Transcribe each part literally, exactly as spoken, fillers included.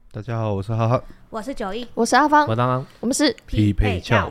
大家好，我是哈哈， 我是九一， 我是阿芳， 我当当， 我们是匹配教。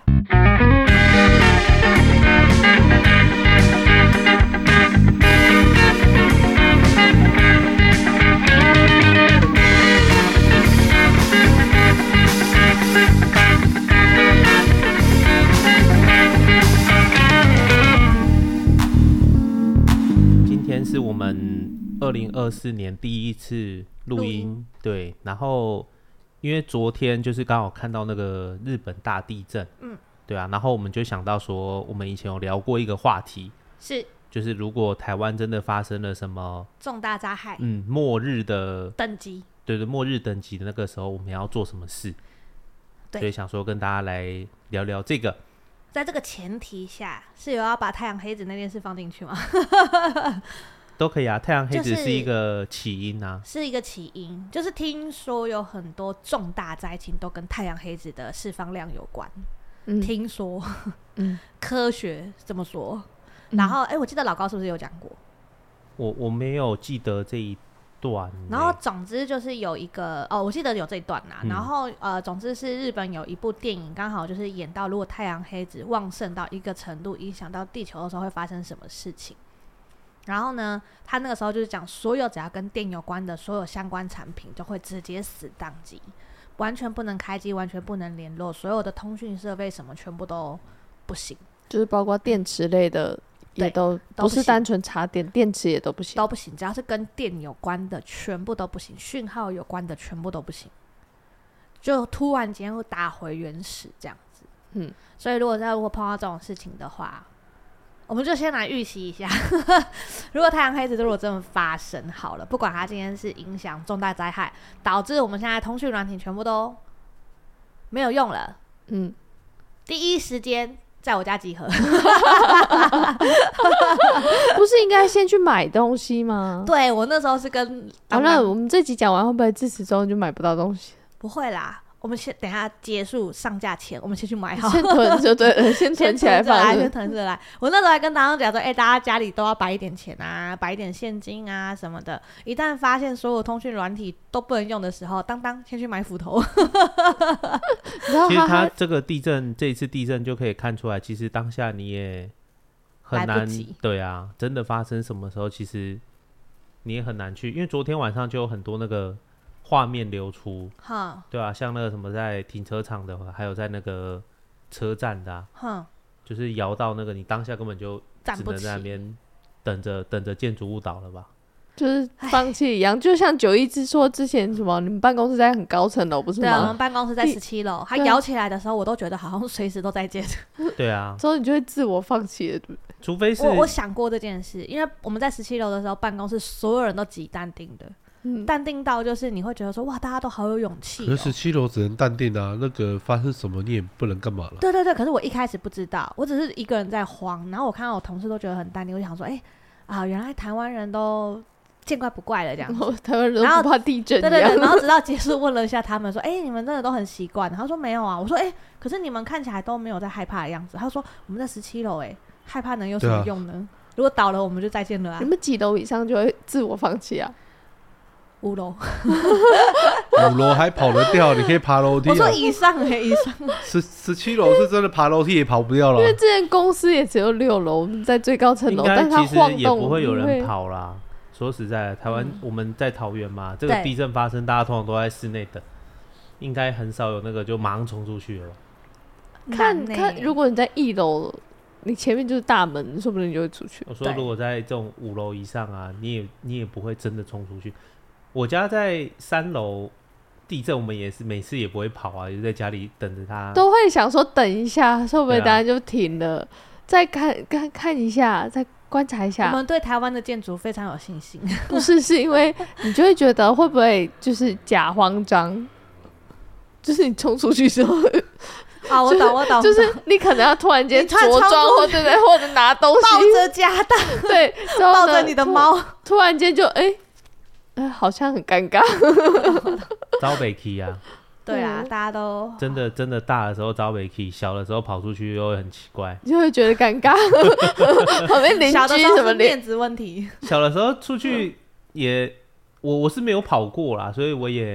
今天是我们二零二四年第一次录音，对，然后因为昨天就是刚好看到那个日本大地震，嗯，对啊，然后我们就想到说，我们以前有聊过一个话题， 是就是如果台湾真的发生了什么重大灾害， 嗯，末日的等级， 对对，末日等级的那个时候，我们要做什么事？ 对， 所以想说跟大家来聊聊这个。 在这个前提下，是有要把太阳黑子那件事放进去吗？ 都可以啊，太阳黑子就是是一个起因啊， 是一个起因，就是听说有很多重大灾情都跟太阳黑子的释放量有关。嗯、听说，嗯，科学这么说。嗯、然后，哎、欸，我记得老高是不是有讲过？ 我我没有记得这一段。 然后，总之就是有一个哦，我记得有这一段啦。 嗯、 然后，呃，总之是日本有一部电影，刚好就是演到如果太阳黑子旺盛到一个程度，影响到地球的时候会发生什么事情。然后呢，他那个时候就是讲，所有只要跟电有关的所有相关产品就会直接死宕机，完全不能开机，完全不能联络，所有的通讯设备什么全部都不行， 就是包括电池类的也都不是单纯插电，电池也都不行， 都不行，只要是跟电有关的全部都不行，讯号有关的全部都不行，就突然间会打回原始这样子。嗯，所以如果在如果碰到这种事情的话，我们就先来预习一下如果太阳黑子如果真的发生好了，不管它今天是影响重大灾害，导致我们现在通讯软体全部都没有用了，嗯，第一时间在我家集合不是应该先去买东西吗？ 对，我那时候是跟好、啊、那我们这集讲完会不会自此之后就买不到东西？ 不会啦，我们先等一下结束上架前，我们先去买好， 先囤就对了，先囤起来放， 先囤着来。我那时候还跟大家讲说，哎、欸，大家家里都要摆一点钱啊，摆一点现金啊什么的。一旦发现所有通讯软体都不能用的时候，当当先去买斧头。 其实它这个地震，这一次地震就可以看出来，其实当下你也很难，对啊，真的发生什么时候，其实你也很难去，因为昨天晚上就有很多那个画面流出，对啊，像那个什么在停车场的，还有在那个车站的、啊，就是摇到那个你当下根本就只能在那边等着等着建筑物倒了吧， 就是放弃一样。就像九一之说之前什么，你们办公室在很高层楼不是吗？ 对啊，我们办公室在十七楼，它摇起来的时候，我都觉得好像随时都在建。 对啊， 之后你就会自我放弃了，对不对？ 除非是我, 我想过这件事，因为我们在十七楼的时候，办公室所有人都极淡定的。淡定到就是你会觉得说哇，大家都好有勇气、哦。 可是十七楼只能淡定啊，那个发生什么你也不能干嘛了。 对对对，可是我一开始不知道，我只是一个人在慌，然后我看到我同事都觉得很淡定，我就想说，哎、欸、啊，原来台湾人都见怪不怪了这样子。 台湾人都不怕地震一样。 对对对，然后直到结束问了一下他们说，哎、欸，你们真的都很习惯？他说没有啊，我说哎、欸，可是你们看起来都没有在害怕的样子。他说我们在十七楼，哎，害怕能有什么用呢？啊、如果倒了我们就再见了啊。 你们几楼以上就会自我放弃啊？ 五楼， 五楼还跑得掉，你可以爬楼梯、啊。 我说以上哎、欸，以上。 十十七楼是真的爬楼梯也跑不掉了、啊。 因为之前公司也只有六楼，我们在最高层楼，但它晃动也不会有人跑啦。说实在，台湾、嗯、我们在桃园嘛，这个地震发生，大家通常都在室内等，应该很少有那个就马上冲出去了吧。 看看，如果你在一楼。你前面就是大门，说不定你就会出去。 我说，如果在这种五楼以上啊，你也你也不会真的冲出去。我家在三楼，地震我们也是每次也不会跑啊，就在家里等着它。 都会想说等一下，会不会等下就停了？啊、再看看看一下，再观察一下。 我们对台湾的建筑非常有信心。 不是，是因为你就会觉得会不会就是假慌张，就是你冲出去之后。 啊，我懂，我懂， 就是你可能要突然间着装，或者或者拿东西， 抱着家当， 对， 抱着你的猫， 突然间就哎，哎、欸欸，好像很尴尬， 招北 key 啊， 对啊，大家都真的真的大的时候招北 key， 小的时候跑出去又会很奇怪， 就会觉得尴尬，旁边邻居什么面子问题， 小的时候出去也，我我是没有跑过啦，所以我也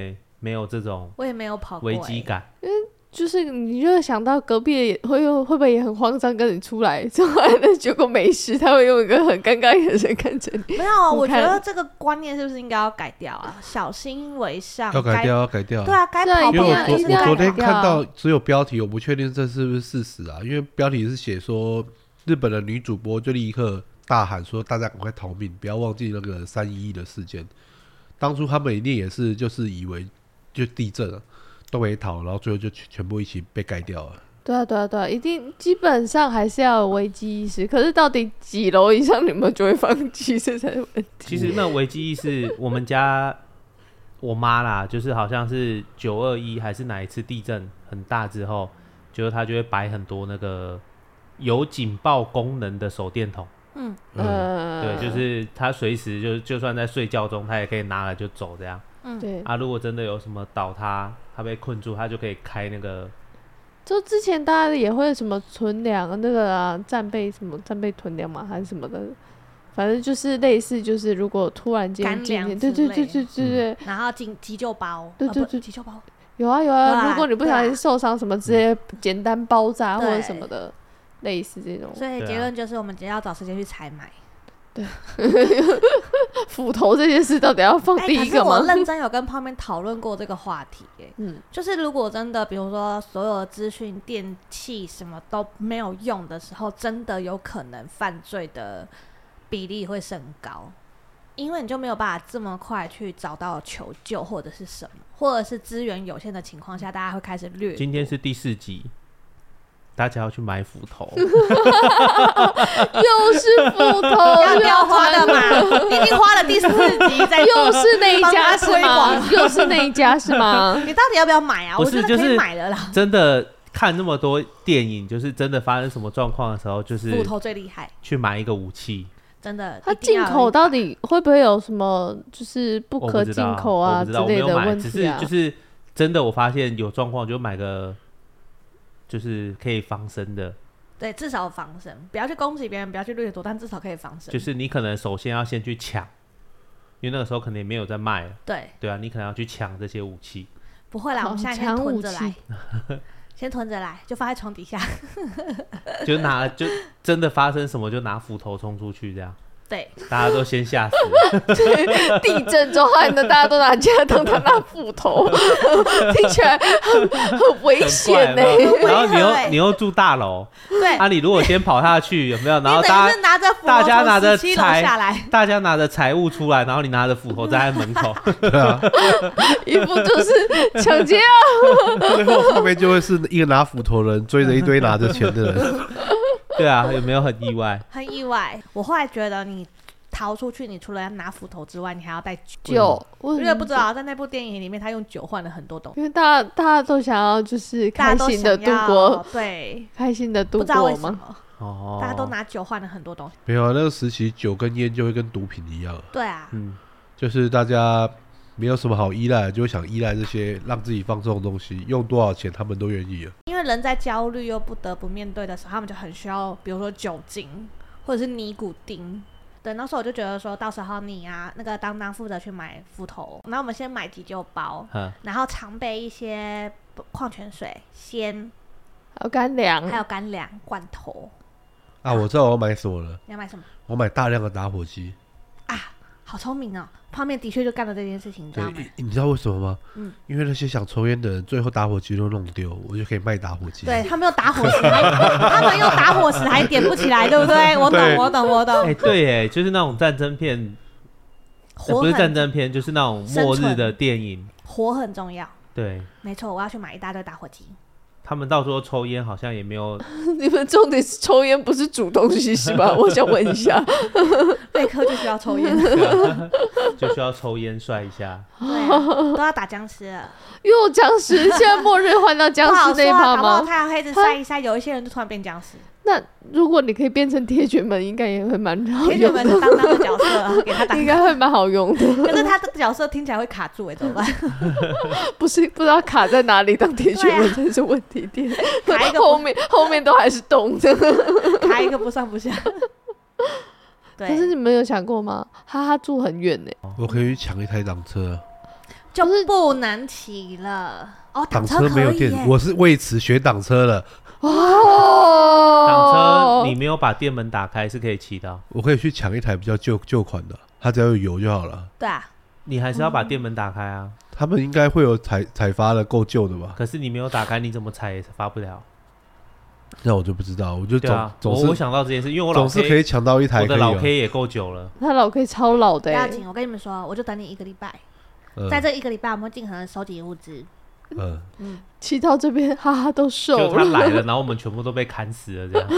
没有这种我也没有跑过危机感， 因为就是你就想到隔壁也会会不会也很慌张跟你出来，出来了结果没事，他会用一个很尴尬的眼神看着你。 没有，我觉得这个观念是不是应该要改掉啊？小心为上， 要改掉，要改掉。 对啊，该跑步因为我就是昨我昨天改掉看到只有标题，我不确定这是不是事实啊。因为标题是写说日本的女主播就立刻大喊说大家赶快逃命，不要忘记那个三一一的事件。当初他们一定也是就是以为就地震了都没逃，然后最后就全部一起被盖掉了。 对啊对啊对啊，一定基本上还是要有危机意识，可是到底几楼以上你们就会放弃，这才是问题。 其实那危机意识，我们家我妈啦，就是好像是九二一还是哪一次地震很大之后，就是她就会摆很多那个有警报功能的手电筒。 嗯呃， 对，就是她随时就就算在睡觉中，她也可以拿了就走这样。 嗯， 对啊，如果真的有什么倒塌，她被困住，她就可以开那个。 就之前大家也会什么存粮那个啊，战备什么战备囤粮嘛，还是什么的，反正就是类似，就是如果突然间干粮之类， 对对对对对对， 然后急急救包， 对对对， 急救包有啊有有啊， 啊如果你不小心受伤什么，直接简单包扎或对者什么的，类似这种。 所以结论就是我们只要找时间去采买。 对，斧头这件事到底要放第一个吗？ 欸、可是我认真有跟泡面讨论过这个话题、欸，嗯，就是如果真的，比如说所有的资讯、电器什么都没有用的时候，真的有可能犯罪的比例会升高，因为你就没有办法这么快去找到求救或者是什么，或者是资源有限的情况下，大家会开始掠夺。 今天是第四集。大家要去买斧头，又是斧头， 要雕花的嘛？你已经花了第四集在， 又是那一家是吗？又是那一家是吗？ 你到底要不要买啊？ 不是， 我觉得可以买了啦。 真的看那么多电影，就是真的发生什么状况的时候，就是斧头最厉害， 去买一个武器。 真的， 它进口到底会不会有什么就是不可进口啊之类的问题啊？ 只是就是真的，我发现有状况就买个。就是可以防身的， 对，至少防身，不要去攻击别人，不要去掠夺，但至少可以防身。 就是你可能首先要先去抢，因为那个时候可能也没有在卖了。 对， 对啊，你可能要去抢这些武器。 不会啦，我们现在先囤着来，先囤着来，就放在床底下。 就拿，就真的发生什么就拿斧头冲出去这样。 对， 大家都先吓死。 对，地震中害呢，大家都拿家当他拿斧头，听起来很很危险呢、欸。 然后你又你又住大楼， 对， 啊，你如果先跑下去，有没有？然后大家拿着大家拿着财下来， 大家拿着财物出来，然后你拿着斧头站在门口， 对啊， 一副就是抢劫啊。 最后后面就会是一个拿斧头的人追着一堆拿着钱的人。 对啊，有没有很意外？ 很意外。我后来觉得你逃出去，你除了要拿斧头之外，你还要带酒。 酒， 因为不知道在那部电影里面，他用酒换了很多东西。 因为大家大家都想要就是开心的度过， 对， 开心的度过吗？ 不知道为什么， 哦， 大家都拿酒换了很多东西。 没有啊，那个时期酒跟烟就会跟毒品一样。 对啊， 嗯，就是大家没有什么好依赖，就会想依赖这些让自己放纵的东西，用多少钱他们都愿意了。 因为人在焦虑又不得不面对的时候，他们就很需要，比如说酒精或者是尼古丁。对，那时候我就觉得说，到时候你啊，那个当当负责去买斧头，然后我们先买急救包，然后常备一些矿泉水、鲜， 还有干粮， 还有干粮罐头。 啊，我知道我要买什么了。 你要买什么？ 我买大量的打火机。 啊，好聪明哦！泡面的确就干了这件事情，你知道吗？ 你知道为什么吗？ 嗯， 因为那些想抽烟的人，最后打火机都弄丢，我就可以卖打火机。 对，他们用打火石还，他们用打火石还点不起来，对不对？我懂，我懂，我懂。 哎、欸，对，哎，就是那种战争片，呃、不是战争片，就是那种末日的电影， 火很重要。 对， 没错，我要去买一大堆打火机。 他们到时候抽烟好像也没有。 你们重点是抽烟不是煮东西是吧？我想问一下， 贝克就需要抽烟， 啊，就需要抽烟帅一下。 对、啊，都要打僵尸了。 又僵尸，现在末日换到僵尸那一趴吗？ 搞不好太阳黑子晒一晒，有一些人就突然变僵尸。 那如果你可以变成铁卷门，应该也会蛮好用的。 铁卷门是当当的角色，给他打， 应该会蛮好用的。 可是他的角色听起来会卡住，哎，怎么办？ 不是不知道卡在哪里，当铁卷门才是问题点。 卡一个后面后面都还是洞的， 卡一个不上不下。 可是你们有想过吗？哈哈住很远呢， 我可以去抢一台挡车。 就不能骑了。哦， 挡车没有电，我是为此学挡车了。 哦， 挡车你没有把电门打开是可以骑的。 我可以去抢一台比较旧旧款的，它只要有油就好了。 对啊， 你还是要把电门打开啊。 他们应该会有采采发的够旧的吧？ 可是你没有打开，你怎么采也发不了。 那我就不知道，我就总、 啊、 总是我想到这件事，因为我老 K, 总是可以抢到一台可以、啊。 我的老 K 也够久了， 他老 K 超老的、欸。 不要紧，我跟你们说，我就等你一个礼拜，嗯、在这一个礼拜，我们尽可能收集物资。 嗯嗯，骑到这边哈哈都瘦了， 就他来了，然后我们全部都被砍死了，这样。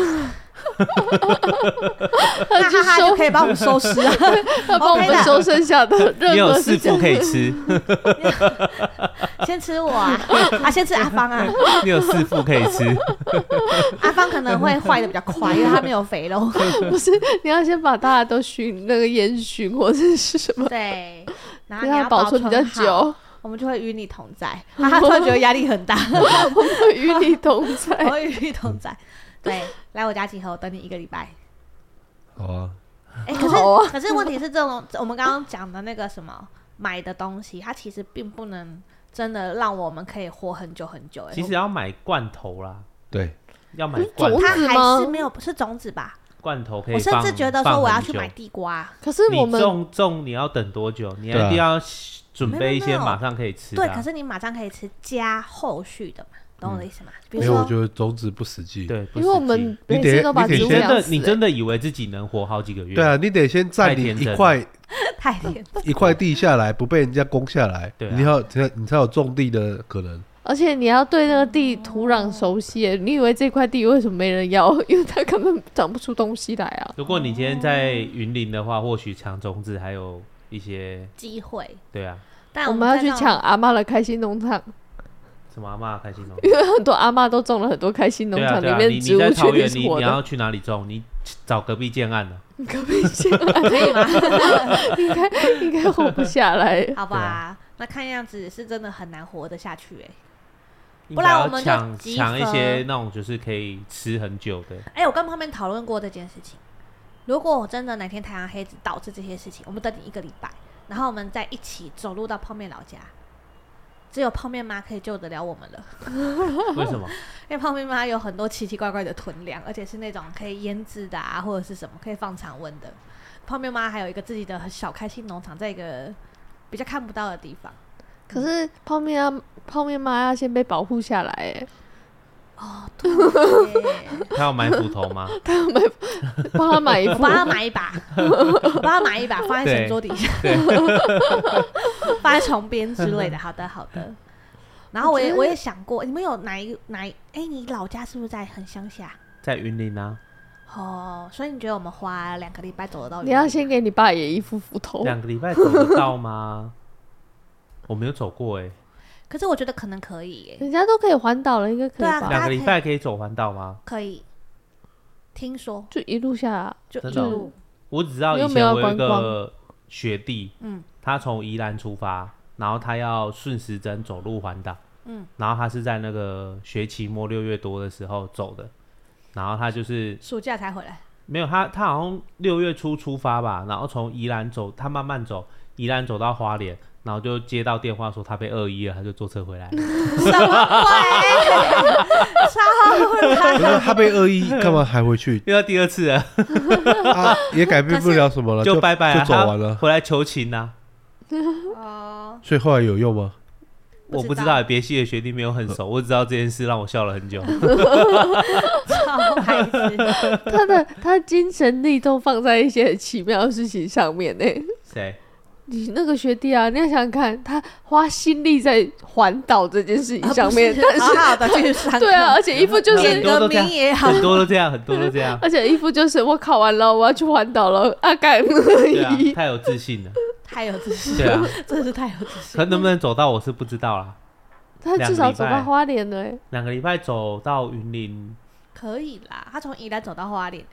那哈哈就可以帮我们收尸啊， 他帮我们收剩下的任何。 你有四副可以吃， 先吃我啊，啊，先吃阿芳啊。 你有四副可以吃， 阿芳可能会坏的比较快，因为他没有肥肉。 不是，你要先把大家都熏那个烟熏或者是什么， 对，然后你要保存比较久。 我们就会与你同在，他突然觉得压力很大。 我会与你同在， 我会与你同在。对，来我家集合，我等你一个礼拜。 好啊。 哎、欸，可是、啊、可是问题是，这种我们刚刚讲的那个什么买的东西，它其实并不能真的让我们可以活很久很久。 其实要买罐头啦， 对， 要买罐头。 它还是没有，是种子吧？ 罐头可以。 我甚至觉得说我要去买地瓜。 可是我们你种种你要等多久？你一定要。准备一些马上可以吃的、啊， 对，可是你马上可以吃加后续的嘛，懂我的意思吗？ 嗯、比如说，我觉得种子不实际， 对， 因为我们每次都把植物养死、欸。 你真的以为自己能活好几个月？ 对啊，你得先占领一块太甜一块地下来，不被人家攻下来，对、啊，你要你才有种地的可能。 而且你要对那个地土壤熟悉、欸，你以为这块地为什么没人要？因为它根本长不出东西来啊。 如果你今天在云林的话，或许抢种子还有一些机会。 对啊。 我们要去抢阿嬷的开心农场。 什么阿嬷的开心农场？ 因为很多阿嬷都种了很多开心农场，里面植物确定是活的。 你要去哪里种？你找隔壁建案了。 隔壁建案可以吗？ 应该应该活不下来。 好吧，啊、那看样子是真的很难活得下去哎、欸。不然我们就抢抢一些那种就是可以吃很久的。 哎、欸，我跟旁边讨论过这件事情。如果我真的哪天太阳黑导致这些事情，我们等你一个礼拜。然后我们再一起走路到泡面老家，只有泡面妈可以救得了我们了。 为什么？ 因为泡面妈有很多奇奇怪怪的囤粮，而且是那种可以腌制的啊，或者是什么可以放常温的。泡面妈还有一个自己的小开心农场，在一个比较看不到的地方。 可是泡面啊，泡面妈要先被保护下来哎。 哦，对， 他要买斧头吗？ 他要买，帮他买一副， 帮他买一把，帮他买一把，放在神桌底下，放在床边之类的。好的，好的。然后我也我也想过，你们有哪一哪一？哎、欸，你老家是不是在很乡下？ 在云林啊。 哦，所以你觉得我们花两个礼拜走得到云林？ 你要先给你爸也一副斧头。 两个礼拜走得到吗？我没有走过哎、欸。 可是我觉得可能可以耶， 人家都可以环岛了，应该可以吧？ 两个礼拜可以走环岛吗？ 可以，听说就一路下来， 就一路。 我只知道以前我有一个学弟，嗯，他从宜兰出发，然后他要顺时针走路环岛，嗯，然后他是在那个学期末六月多的时候走的，然后他就是暑假才回来。 没有，他他好像六月初出发吧，然后从宜兰走，他慢慢走，宜兰走到花莲。然后就接到电话说他被二一了，他就坐车回来了。 什么鬼？超烂！不是他被二一，干嘛还回去？ 又要第二次了。 啊，也改变不了什么了， 就拜拜了， 就走完了， 回来求情啊。 哦。 所以后来有用吗？ 我不知道，别系的学弟没有很熟，我只知道这件事让我笑了很久。 超白痴！ 他的他精神力都放在一些很奇妙的事情上面呢。 谁？ 你那个学弟啊，你要想想看，他花心力在环岛这件事情上面， 啊、但是好好的去上对啊，而且一副就是革命也好， 很多都这样，很多都这样， 而且一副就是我考完了，我要去环岛了，阿干对啊，太有自信了， 太有自信， 对啊， 真的是太有自信。 可能不能走到我是不知道啦， 他至少走到花莲了，哎， 两个礼拜走到云林可以啦，他从宜兰走到花莲。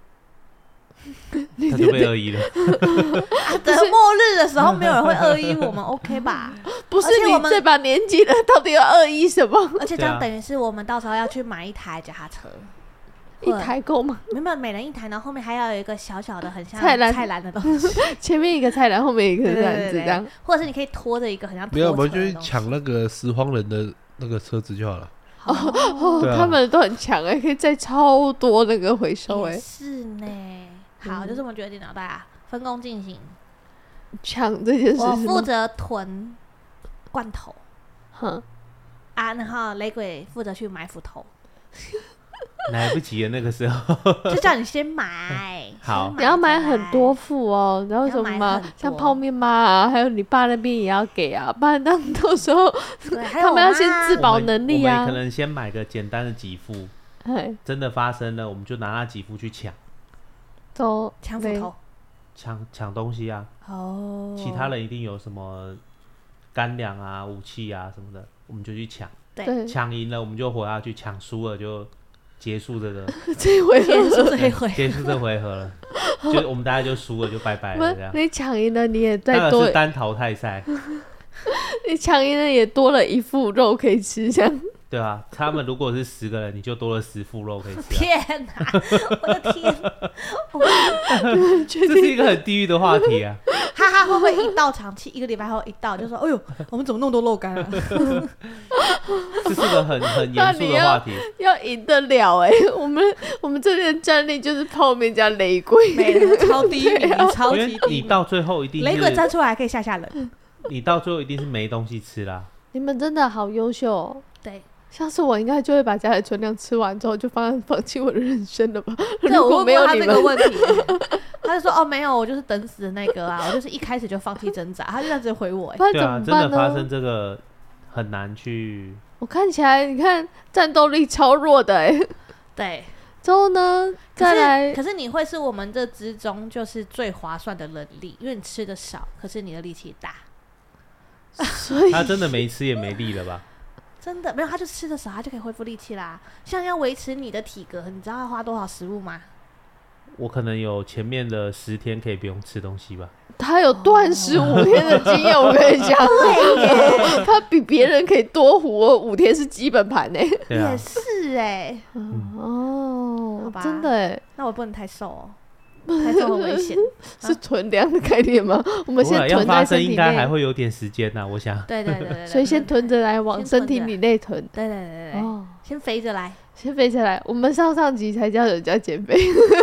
他就被恶意了。 啊，等末日的时候，没有人会恶意我们，OK 吧？ 不是你这把年纪了，到底要恶意什么？ 而且这样等于是我们到时候要去买一台脚踏车， 一台够吗？ 没有，每人一台，然后后面还要有一个小小的很像菜篮菜篮的东西， 前面一个菜篮，后面一个这样子，这样， 或者是你可以拖着一个很像拖没有，我车们就去的东西抢那个拾荒人的那个车子就好了。 哦哦， 对啊他们都很强哎，可以载超多那个回收哎也，是呢。好， 嗯就这么决定了，大家分工进行。 抢这件事是吗？ 我负责囤罐头哼， 啊，然后雷鬼负责去买斧头， 来不及了那个时候。 就叫你先买。 好先你要买回来很多副哦，然后什么吗要买很多？ 像泡面妈啊，还有你爸那边也要给啊，不然到到时候对，还有他们要先我妈自保能力啊我们可。能先买个简单的几副， 哎， 真的发生了，我们就拿那几副去抢都对抢斧头抢抢东西啊。 哦， 其他人一定有什么干粮啊、武器啊什么的，我们就去抢。 对抢赢了我们就活下去，抢输了就结束这个这一回结束合， 这一回， 结束这回合了，就我们大家就输了，就拜拜不是了这样。 你抢赢了，你也那个再多是单淘汰赛， 你抢赢了也多了一副肉可以吃，这样。 对啊，他们如果是十个人，你就多了十副肉可以吃、啊。 天哪！我的天， 这是一个很地狱的话题啊！ 哈哈，会不会一到场期一个礼拜后一到就说，哎呦，我们怎么那么多肉干啊？ 这是个很很严肃的话题。 要赢得了哎、欸，我们我们这边的战力就是泡面加雷鬼， 没了，超低迷，超因为级低迷。 你到最后一定雷鬼是， 站出来还可以吓吓人。 你到最后一定是没东西吃啦。 你们真的好优秀哦。 对， 像是我应该就会把家里存量吃完之后就放放弃我的人生了吧？ 对， 如果我问过他没有你们， 这个问题，他就说哦没有，我就是等死的那个啊，我就是一开始就放弃挣扎，他就这样子回我、欸， 不然怎对啊， 么办呢？ 真的发生这个很难去。 我看起来，你看战斗力超弱的哎、欸。 对。 之后呢， 可是再来， 可是你会是我们这之中就是最划算的人力，因为你吃的少，可是你的力气大。 所以他真的没吃也没力了吧？ 真的没有，他就吃的少，他就可以恢复力气啦。像要维持你的体格，你知道要花多少食物吗？ 我可能有前面的十天可以不用吃东西吧。 他有断食五天的经验，我跟你讲，他比别人可以多活五天是基本盘呢。 对啊也，是哎、 哦好吧， 真的哎， 那我不能太瘦哦，太瘦很危险。 是囤粮的概念吗？我们先不会要囤在身体发生应该还内， 会有点时间呐、我想。 对对对对对， 所以先囤着来往先身体囤着里内囤。 对对对对对， 哦， 先肥着来。 先飞起来。我们上上集才教人家减肥，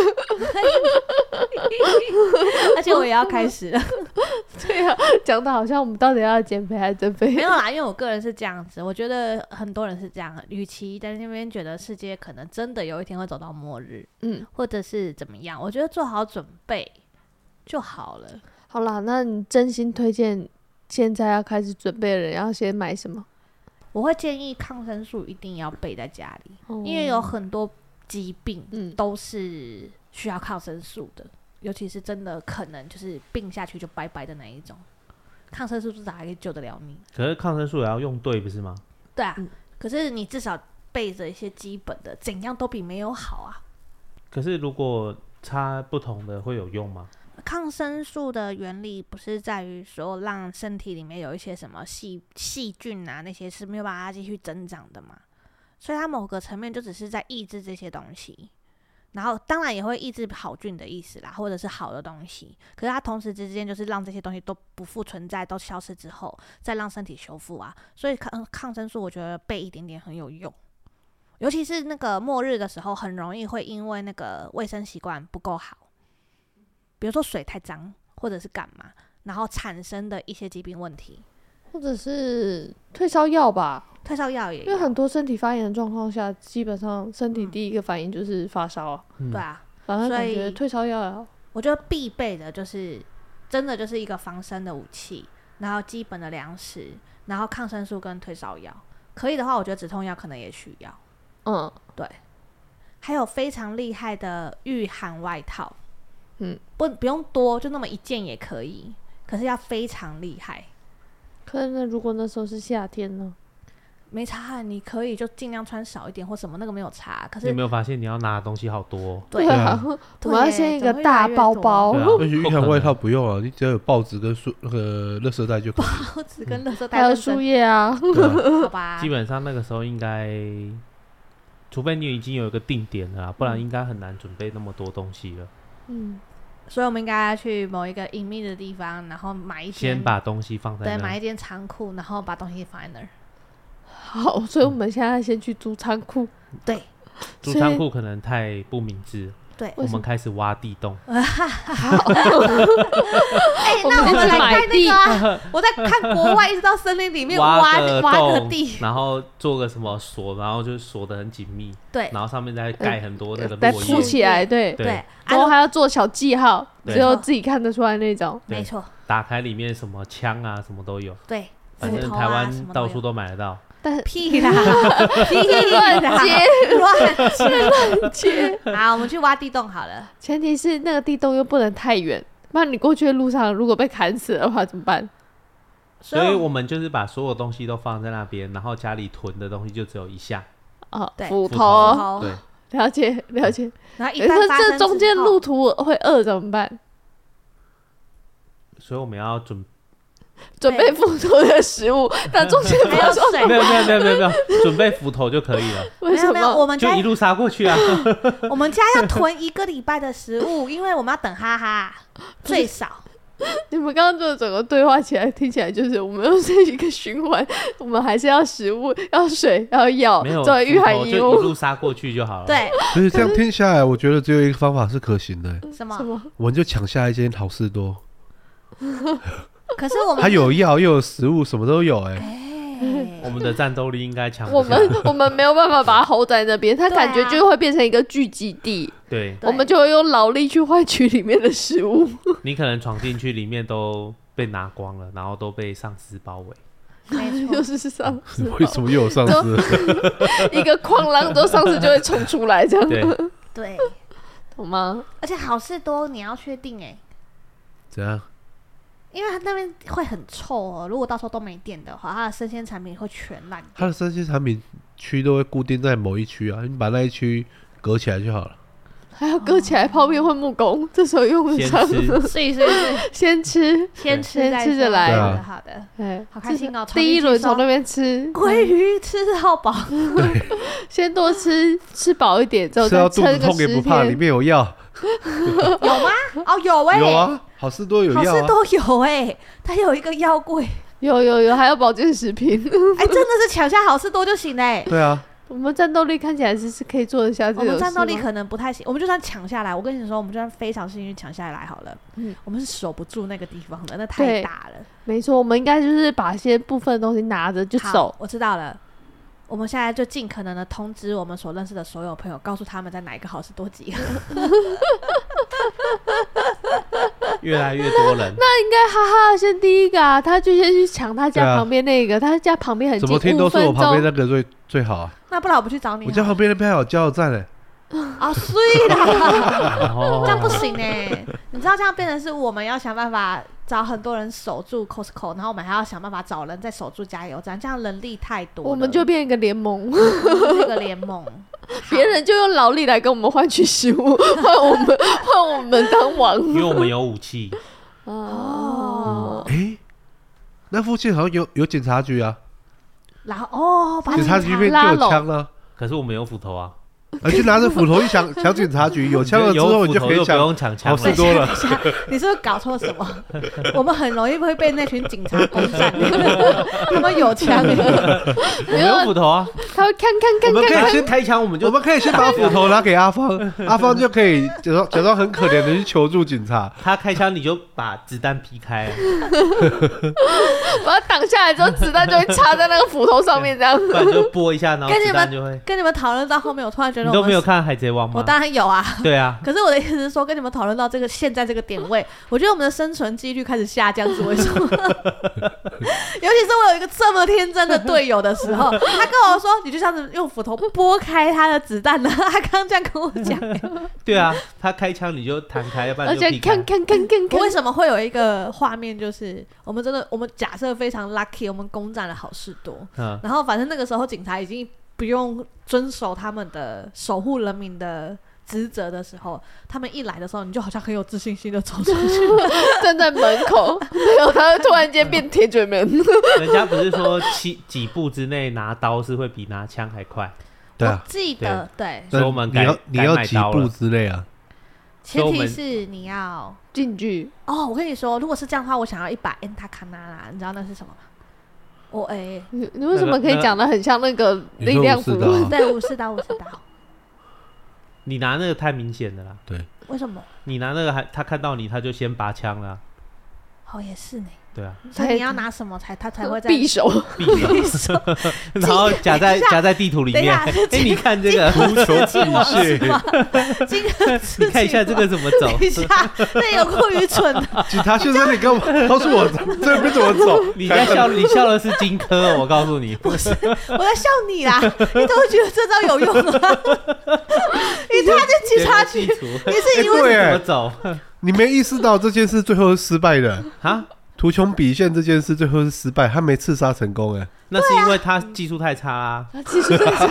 而且我也要开始了。 对啊，讲的好像我们到底要减肥还是增肥？ 没有啦，因为我个人是这样子，我觉得很多人是这样，与其在那边觉得世界可能真的有一天会走到末日， 嗯， 或者是怎么样，我觉得做好准备就好了。 好啦，那你真心推荐现在要开始准备的人要先买什么？ 我会建议抗生素一定要备在家里， 哦因为有很多疾病嗯都是需要抗生素的，尤其是真的可能就是病下去就拜拜的那一种，抗生素至少还可以救得了你。 可是抗生素也要用对，不是吗？ 对啊， 嗯可是你至少备着一些基本的，怎样都比没有好啊。 可是如果差不同的会有用吗？ 抗生素的原理不是在于说让身体里面有一些什么细细菌啊，那些是没有办法继续增长的嘛，所以它某个层面就只是在抑制这些东西，然后当然也会抑制好菌的意思啦，或者是好的东西，可是它同时之间就是让这些东西都不复存在，都消失之后，再让身体修复啊，所以抗抗生素我觉得备一点点很有用。尤其是那个末日的时候，很容易会因为那个卫生习惯不够好，比如说水太脏，或者是干嘛，然后产生的一些疾病问题。 或者是退烧药吧， 退烧药也因为有， 很多身体发炎的状况下，基本上身体第一个反应就是发烧啊。 嗯对啊， 反正感所以觉退烧药也好。 我觉得必备的就是真的就是一个防身的武器，然后基本的粮食，然后抗生素跟退烧药。可以的话，我觉得止痛药可能也需要。 嗯， 对，还有非常厉害的御寒外套， 嗯， 不不用多，就那么一件也可以，可是要非常厉害。 可是那如果那时候是夏天呢？ 没差，你可以就尽量穿少一点或什么，那个没有差。可你有是没有发现你要拿的东西好多、哦？ 对啊啊， 我们要先一个大包包。 对啊而且御寒外套不用啊，你只要有报纸跟书那个垃圾袋就可以。 报纸跟垃圾还有袋都树叶啊， 对啊好吧？ 基本上那个时候应该除非你已经有一个定点了、啊，不然应该很难准备那么多东西了。 嗯，所以我们应该要去某一个隐秘的地方，然后买一间， 先把东西放在那， 对，买一间仓库，然后把东西放在那儿。 好，所以我们现在先去租仓库。 对， 租仓库可能太不明智。 对， 我们开始挖地洞。 好，哎、欸，那我们来看那个、啊，我在看国外，一直到森林里面挖挖个挖个地， 然后做个什么锁，然后就锁得很紧密。 对， 然后上面再盖很多那个再落叶， 铺起来，对对， 然后还要做小记号，只有自己看得出来那种。 没错， 打开里面什么枪啊，什么都有。 对， 反正台湾到处都买得到。 但是屁啦，屁乱接，乱接，乱接。好，我们去挖地洞好了。 前提是那个地洞又不能太远，不然你过去的路上如果被砍死的话怎么办？ 所以我们就是把所有东西都放在那边，然后家里囤的东西就只有一项。 哦， 对， 斧头。 对， 了解了解。 然后一旦发生这中间路途会饿怎么办？ 所以我们要准。 准备斧头的食物，但中间没有水， 没有没有没有没有没有，准备斧头就可以了。 为什么？ 没有没有，我们就一路杀过去啊。 我们家要囤一个礼拜的食物，因为我们要等哈哈，最少。 你们刚刚这整个对话起来，听起来就是我们又是一个循环，我们还是要食物、要水、要药，作为御寒衣物， 就一路杀过去就好了。 对。 可是这样听下来，我觉得只有一个方法是可行的。 什么？ 我们就抢下一间好事多。 可是我们它有药又有食物，什么都有哎、 欸。 我们的战斗力应该强。 我们我们没有办法把它 hold 在那边，它感觉就会变成一个聚集地。 对， 我们就会用劳力去换取里面的食物。 你可能闯进去，里面都被拿光了，然后都被丧尸包围。 没错， 又是丧尸。 为什么又有丧尸？ 一个狂浪之后，丧尸就会冲出来，这样。 对， 对， 懂吗？ 而且好事多你要确定哎、欸， 怎样？ 因为它那边会很臭哦，如果到时候都没电的话，它的生鲜产品会全烂掉。 它的生鲜产品区都会固定在某一区啊，你把那一区隔起来就好了。 还要搁起来，泡面会木工，这时候用得上。 是是是， 先吃， 先吃再吃着来。 好的好的， 对， 好开心哦！ 第一轮从那边吃鲑鱼，吃到饱。 对， 先多吃，吃饱一点之后吃到再肚子痛也不怕，里面有药。 有吗？哦，有哎、欸， 有啊，好事多有药、啊， 好事多有哎、欸，它有一个药柜， 有有有，还有保健食品。 哎、欸，真的是抢下好事多就行嘞、欸。 对啊。 我们战斗力看起来是是可以做得下这个。 我们战斗力可能不太行，我们就算抢下来，我跟你说，我们就算非常幸运抢下来好了，嗯，我们是守不住那个地方的，那太大了。 没错，我们应该就是把一些部分的东西拿着就走。 我知道了，我们现在就尽可能的通知我们所认识的所有朋友，告诉他们在哪一个好事多集合。 越来越多人， 那应该哈哈先第一个啊，他就先去抢他家旁边那个，啊、他家旁边很近， 怎么听都是我旁边那个最最好啊。 那不然我不去找你。 我家旁边那边还有加油站嘞。 啊，碎啦！这样不行哎、欸，你知道这样变成是我们要想办法找很多人守住 Costco， 然后我们还要想办法找人再守住加油站，这样人力太多了， 我们就变一个联盟， 这个联盟， 别人就用劳力来跟我们换取食物，换我们换我们当王， 因为我们有武器。 哦， 哎、欸，那附近好像有有警察局啊， 然后哦，把警察局里面就有枪啊， 可是我们有斧头啊。 而且拿着斧头去抢抢警察局，有枪了之后你就可以抢，好事多了。 你是不是搞错什么？我们很容易会被那群警察攻占，他们有枪， 没有斧头啊。 他会看看看看， 我们可以先开枪，我们就我们可以先把斧头拿给阿芳，阿芳就可以假装假装很可怜的去求助警察。 他开枪，你就把子弹劈开， 把它挡下来之后，子弹就会插在那个斧头上面，这样， 不然就拨一下，然后子弹就会。 跟你们讨论到后面，我突然觉得你都没有看海贼王吗？ 我当然有啊。 对啊。 可是我的意思是说，跟你们讨论到这个现在这个点位，我觉得我们的生存几率开始下降，是为什么？尤其是我有一个这么天真的队友的时候，他跟我说：“你就这样子用斧头拨开他的子弹呢。”他刚刚这样跟我讲、欸。 对啊，他开枪你就弹开，要不然就劈开。 看看看看看。 为什么会有一个画面，就是我们真的，我们假设非常 lucky， 我们攻占了好事多，嗯、然后反正那个时候警察已经不用遵守他们的守护人民的职责的时候，他们一来的时候，你就好像很有自信心的走出去， 站在门口，没有，他突然间变铁卷门。 人家不是说七几步之内拿刀是会比拿枪还快？ 我记得对， 所以我们你要你要几步之内啊？ 前提是你要进去哦。我跟你说，如果是这样的话，我想要一把 Entacanara， 你知道那是什么吗？我哎、欸， 你你为什么可以讲得很像那个力量符？ 对，武士刀，武士刀。 你拿那个太明显了啦。 对， 为什么？ 你拿那个还他看到你他就先拔枪了。 哦，也是呢。 对啊， 所以你要拿什么才他才会在匕首， 匕首， 然后夹在夹在地图里面。哎，你看这个足球笔屑， 你看一下这个怎么走？ 等一下，那有够愚蠢的。 警察先生，你跟我告诉我这边怎么走？ 你在笑，你笑的是荆轲，我告诉你， 不是，我在笑你啦。你怎么觉得这招有用啊？你踏进警察局，你是以为怎么走？ 你没意识到这件事最后是失败的啊？图穷匕见这件事最后是失败，他没刺杀成功哎， 那是因为他技术太差啊， 他技术太差，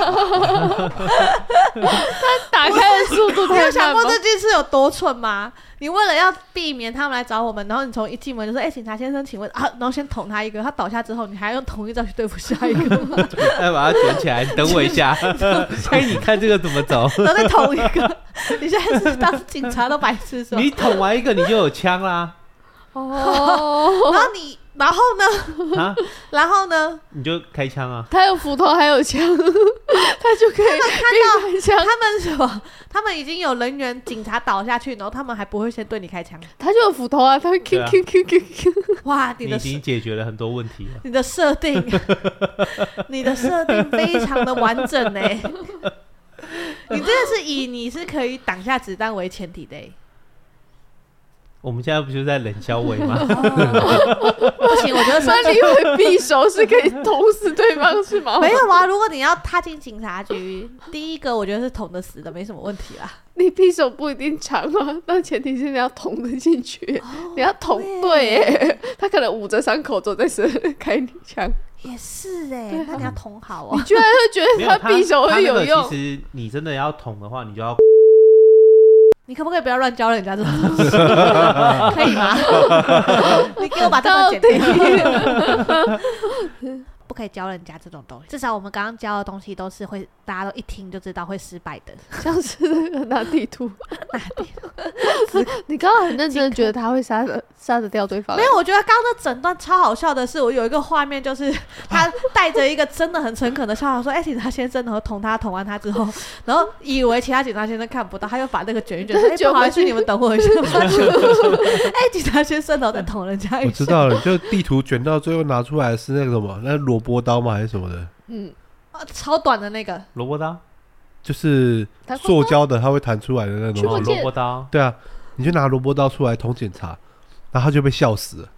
他打开的速度太慢。 你有想过这件事有多蠢吗？你为了要避免他们来找我们，然后你从一进门就说：“哎、欸，警察先生，请问啊！”然后先捅他一个，他倒下之后，你还要用同一招去对付下一个吗？ 再把他卷起来，你等我一下。哎，你看这个怎么走？ 然后再捅一个，你现在是当警察都白痴是吧？ 你捅完一个，你就有枪啦。 哦，然后你，然后呢？啊，然后呢？ 你就开枪啊！ 他有斧头，还有枪，他就可以看到枪。他们什么？他们已经有人员警察倒下去，然后他们还不会先对你开枪。 他就有斧头啊，他会 Q Q Q Q Q。 哇，你的你已经解决了很多问题了。 你的设定，你的设定非常的完整哎。你真的是以你是可以挡下子弹为前提的哎。 我们现在不就是在冷消委吗？ 不行，我觉得那你以为匕首是可以捅死对方是吗？ 没有啊，如果你要踏进警察局，第一个我觉得是捅得死的，没什么问题啦。 你匕首不一定长啊，但前提是你要捅得进去，哦、你要捅对耶，他可能捂着伤口走在身开你枪。 也是哎、啊，那你要捅好哦。 你居然会觉得他匕首会有用？ 其实你真的要捅的话，你就要。 你可不可以不要乱教人家这种东西？可以吗？你给我把这个剪掉。不可以教人家这种东西，至少我们刚刚教的东西都是会，大家都一听就知道会失败的， 像是那个拿地图，拿地图。你刚刚很认真的觉得他会杀得杀得掉对方？ 没有，我觉得刚刚那整段超好笑的是，我有一个画面，就是他带着一个真的很诚恳的笑容说：“哎、欸，警察先生，然后捅他，捅完他之后，然后以为其他警察先生看不到，他又把那个卷一卷，哎、欸，不好意思，你们等我一下。哎、欸，警察先生，然后再捅人家一下。” 我知道了，就地图卷到最后拿出来的是那个什么，那萝卜刀吗？还是什么的？ 嗯，啊，超短的那个萝卜刀， 就是塑胶的，它会弹出来的那种萝卜刀。 对啊，你就拿萝卜刀出来捅警察，然后他就被笑死了。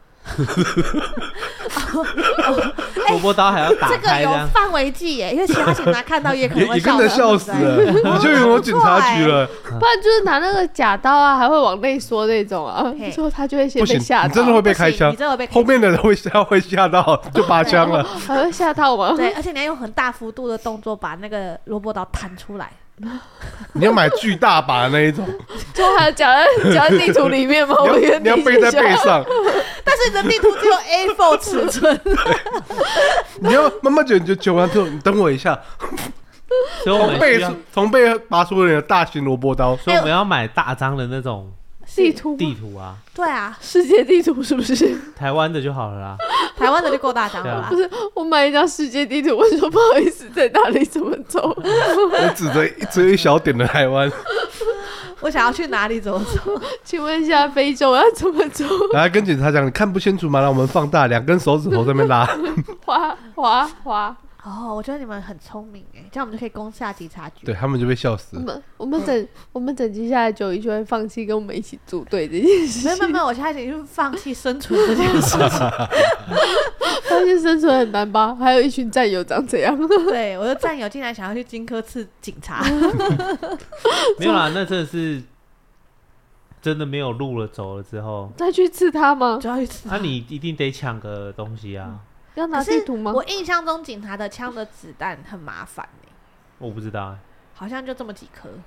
萝卜刀还要打开， 这个有范围计耶，因为其他警察看到也可能会笑死，也跟着笑死了，你就有警察局了。 不然就是拿那个假刀啊，还会往内缩那种啊，之后他就会先被吓到。 你真的会被开枪，后面的人会吓会吓到，就拔枪了。 还会吓到吗？ 对，而且你要用很大幅度的动作把那个萝卜刀弹出来。 你要买巨大把的那一种， 就还要夹在夹在地图里面吗？ 你要你要背在背上， 但是你的地图只有 A 四 尺寸， 你要慢慢卷，就卷完之后，你等我一下。从背从背拔出你的大型萝卜刀， 所以我们要买大张的那种地图地图啊。 对啊， 世界地图是不是？ 台湾的就好了啦， 台湾的就够大张了啦。 不是，我买一张世界地图，我说不好意思，在哪里怎么走？ 我指着只有一小点的台湾。 我想要去哪里怎么走？ 请问一下，非洲要怎么走？ 来跟警察讲，你看不清楚吗？让我们放大，两根手指头在那边拉， 滑滑滑。 哦，我觉得你们很聪明哎，这样我们就可以攻下警察局。 对他们就被笑死了。 我们我们整、嗯、我们整集下来，九一就会放弃跟我们一起组队这件事情。 没有没有没有，我现在已经放弃生存这件事情。 发现生存很难吧？还有一群战友长这样。 对，我的战友竟然想要去荆轲刺警察。 没有啦，那真的是真的没有路了，走了之后再去刺他吗？ 就要去刺他。 那、啊、你一定得抢个东西啊。嗯， 要拿地图吗？ 我印象中警察的枪的子弹很麻烦、欸、 我不知道、欸、 好像就这么几颗。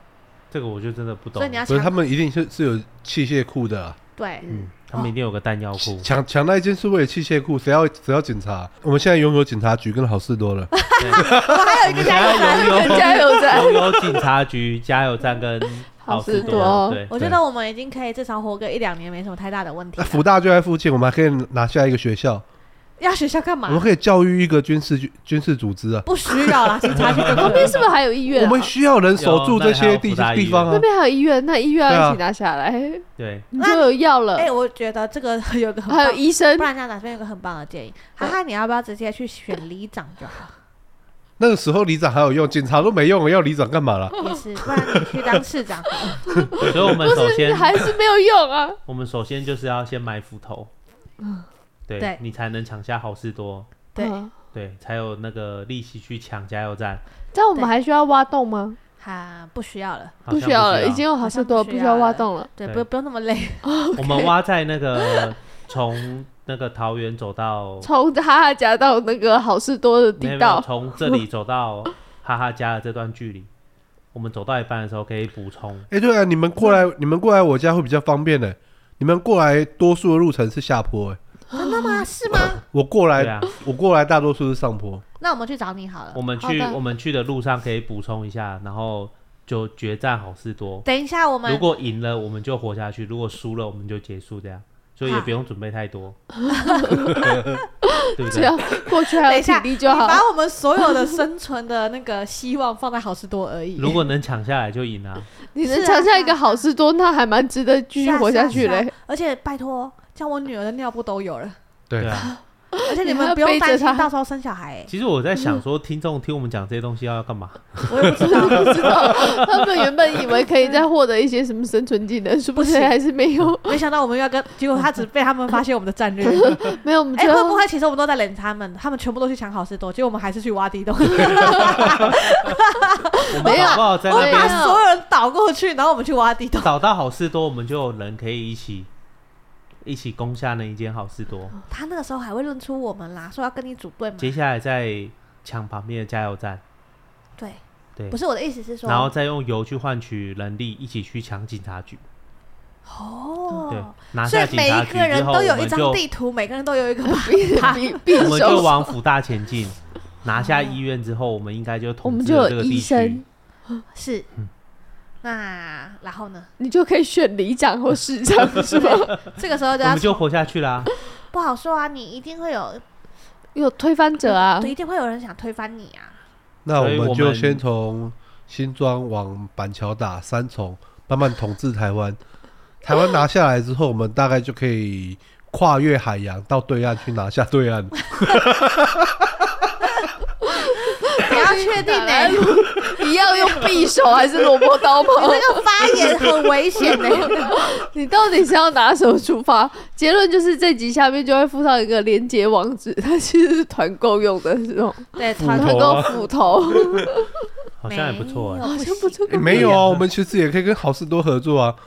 这个我就真的不懂。 所以你要不是他们一定是是有器械库的啊。 对， 嗯，他们一定有个弹药库。 抢抢那一间是为了器械库，谁要谁要警察？我们现在拥有警察局跟好事多了。 我们还有一个加油站， 加油站拥有警察局、加油站跟好事多。对， 我觉得我们已经可以至少活个一两年，没什么太大的问题。 福大就在附近，我们还可以拿下一个学校。 要学校干嘛？ 我们可以教育一个军事军事组织啊！ 不需要啦，警察局旁边是不是还有医院、啊？ 我们需要人守住这些地地方啊。 那边还有医院，那医院要一起拿下来。 对， 你就有药了。 哎、欸，我觉得这个有个很还有医生， 不然这样这边有个很棒的建议。哈哈，你要不要直接去选里长就好？ 那个时候里长还有用，警察都没用，要里长干嘛了？ 也是，不然你去当市长。 所以我们首先还是没有用啊。 我们首先就是要先埋斧头。 嗯。 对, 对你才能抢下好事多， 对、 嗯、 对，才有那个力气去抢加油站。 这样我们还需要挖洞吗？ 哈，不需要了， 不需要了，已经有好事多，不需要挖洞了。 对，不不用那么累。 我们挖在那个从那个桃园走到从哈哈家到那个好事多的地道， 从这里走到哈哈家的这段距离，我们走到一半的时候可以补充。 哎、欸，对啊，你们过来，你们过来我家会比较方便的。你们过来多数的路程是下坡、欸， 真的吗？是吗？ 我过来、 啊， 我过来大多数是上坡。 那我们去找你好了。 我们去我们去的路上可以补充一下，然后就决战好事多。 等一下，我们如果赢了我们就活下去，如果输了我们就结束，这样，所以也不用准备太多，对不对？ 过去还有体力就好。 你把我们所有的生存的那个希望放在好事多而已。 如果能抢下来就赢啊！ 你能抢下一个好事多，那还蛮值得继续活下去嘞。 是啊是啊，而且拜托，像我女儿的尿布都有了。 对啊。 而且你们不用担心到时候生小孩、欸。 其实我在想说，听众听我们讲这些东西要干嘛？ 我也不知道， 不知道。他们原本以为可以再获得一些什么生存技能，是不是还是没有？ 没想到我们要跟，结果他只被他们发现我们的战略。 没有，我们哎、欸，会不会其实我们都在冷他们？他们全部都去抢好事多，结果我们还是去挖地洞。我们搞不好在那边把所有人倒过去，然后我们去挖地洞。 倒到好事多，我们就有人可以一起。一起攻下那一间好事多， 他那个时候还会认出我们啦，说要跟你组队嘛。 接下来再抢旁边的加油站， 对对， 不是我的意思是说， 然后再用油去换取人力，一起去抢警察局。 哦， 对，拿下警察局之后， 所以每一个人都有一张地图，每个人都有一个匕我们就往辅大前进。拿下医院之后，我们应该就统治了这个地区。 是。嗯，那然后呢？ 你就可以选里长或市长，是吗？ 这个时候就要我们就活下去啦。 不好说啊，你一定会有有推翻者啊， 对，一定会有人想推翻你啊。 那我们就先从新庄往板桥打三重，慢慢统治台湾。台湾拿下来之后，我们大概就可以跨越海洋到对岸去拿下对岸。 你要确定呢、欸？ 你要用匕首还是萝卜刀吗？ 你那个发言很危险呢、欸。 你到底是要拿什么出发？结论就是这集下面就会附上一个连结网址，它其实是团购用的这种， 对， 团购斧头， 好像也不错哎、 欸，好像不错、 欸。没有啊，我们其实也可以跟好事多合作啊。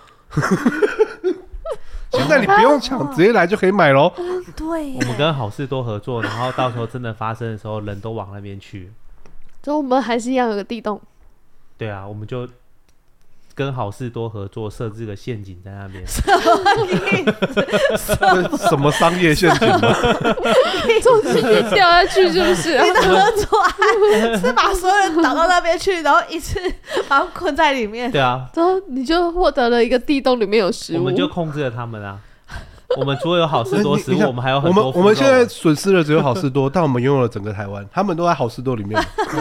现在你不用抢，直接来就可以买咯。 对， 我们跟好事多合作，然后到时候真的发生的时候，人都往那边去。 之后我们还是一样有个地洞。 对啊，我们就跟好事多合作，设置个陷阱在那边。 什么商业陷阱吗？ 从进去掉下去是不是、啊？ 你的合作案是把所有人导到那边去，然后一次把他们困在里面。 对啊， 之后你就获得了一个地洞里面有食物， 我们就控制了他们啊。我们除了有好事多食物，我们还有很多。 我们我们现在损失了只有好事多，但我们拥有了整个台湾，他们都在好事多里面。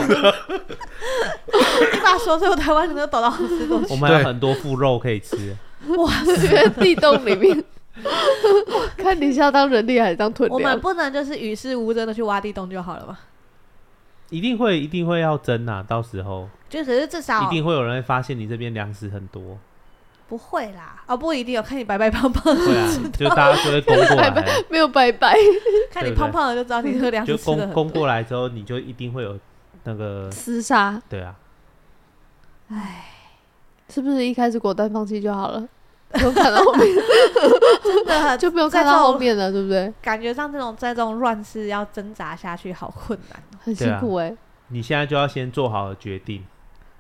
你把所有台湾人都导到好事多去， 我们还有很多副肉可以吃。 哇塞，地洞里面，看你是要当人力还是当吞粮？ 我们不能就是与世无争的去挖地洞就好了吗？ 一定会一定会要争啊，到时候就只是至少一定会有人会发现你这边粮食很多。 不会啦，哦，不一定有，看你白白胖胖的， 对啊，就大家就会攻过来， 白白没有白白， 看你胖胖的就知道你喝粮食吃的很多。 就攻攻过来之后，你就一定会有那个厮杀。 对啊， 唉， 是不是一开始果断放弃就好了？不用看到后面， 真的就不用看到后面了，对不对？ 感觉上这种在这种乱世要挣扎下去，好困难， 很辛苦哎、欸啊。你现在就要先做好决定。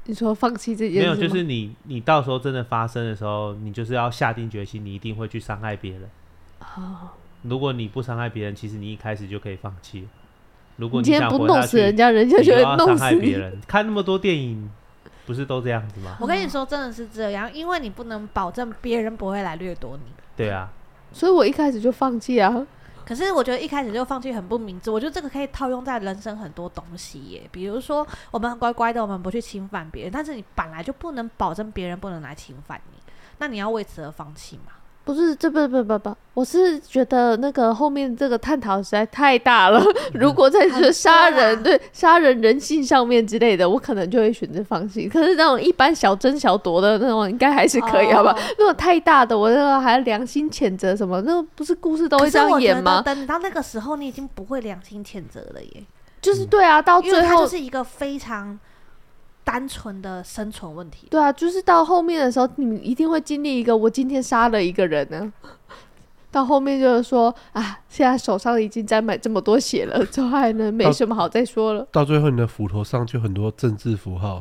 你说放弃这件事吗？ 没有，就是你你到时候真的发生的时候，你就是要下定决心，你一定会去伤害别人。 哦， 如果你不伤害别人，其实你一开始就可以放弃。如果你今天不弄想活下去， 死人家，人家你就会要伤害弄死你。 别人。看那么多电影，不是都这样子吗？ 我跟你说，真的是这样，因为你不能保证别人不会来掠夺你。 对啊， 所以我一开始就放弃啊。 可是我觉得一开始就放弃很不明智，我觉得这个可以套用在人生很多东西耶，比如说我们很乖乖的，我们不去侵犯别人，但是你本来就不能保证别人不能来侵犯你，那你要为此而放弃吗？ 不是，这不不不不，我是觉得那个后面这个探讨实在太大了。如果在这杀人、对杀人人性上面之类的，我可能就会选择放弃。可是那种一般小争小夺的那种，应该还是可以，好吧？如果太大的，我那个还良心谴责什么，那不是故事都会这样演吗？ 等你到那个时候，你已经不会良心谴责了耶。 就是对啊，到最后因为它就是一个非常单纯的生存问题。 对啊，就是到后面的时候，你们一定会经历一个我今天杀了一个人呢。到后面就是说啊，现在手上已经沾满这么多血了，之后还能没什么好再说了。 到最后，你的斧头上就很多政治符号。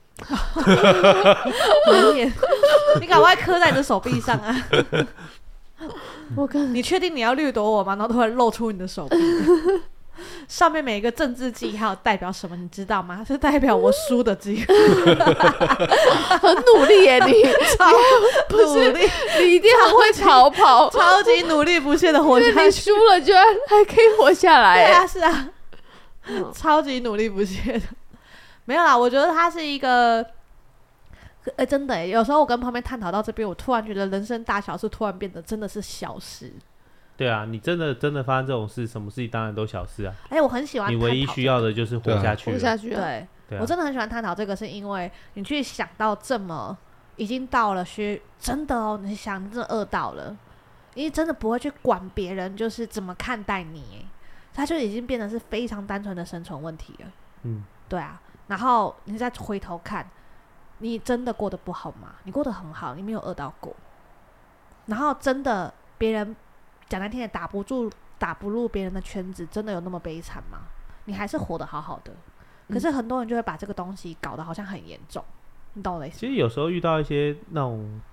你赶快刻在你的手臂上啊！ 我看你确定你要掠夺我吗？然后突然露出你的手臂。上面每一个政治记号代表什么，你知道吗？是代表我输的记号。 很努力耶，你超努力， 你一定很会逃跑， 超级努力不懈的活下去。 因为你输了居然还可以活下来。 对啊，是啊，嗯、超级努力不懈的。没有啦，我觉得它是一个，哎、欸，真的耶，有时候我跟旁边探讨到这边，我突然觉得人生大小事突然变得真的是小事。 对啊，你真的真的发生这种事，什么事情当然都小事啊。 哎、欸，我很喜欢探讨、這個。 你唯一需要的就是活下去了。 活下去、啊。 对， 對啊、 我真的很喜欢探讨这个，是因为你去想到这么已经到了需真的哦，你想你真的饿到了，你真的不会去管别人就是怎么看待你，它就已经变成是非常单纯的生存问题了。 嗯， 对啊。然后你再回头看，你真的过得不好吗？你过得很好，你没有饿到过。然后真的别人。讲难听的，打不住、打不入别人的圈子，真的有那么悲惨吗？你还是活得好好的，可是很多人就会把这个东西搞得好像很严重，你懂我的意思？ 其实有时候遇到一些那种，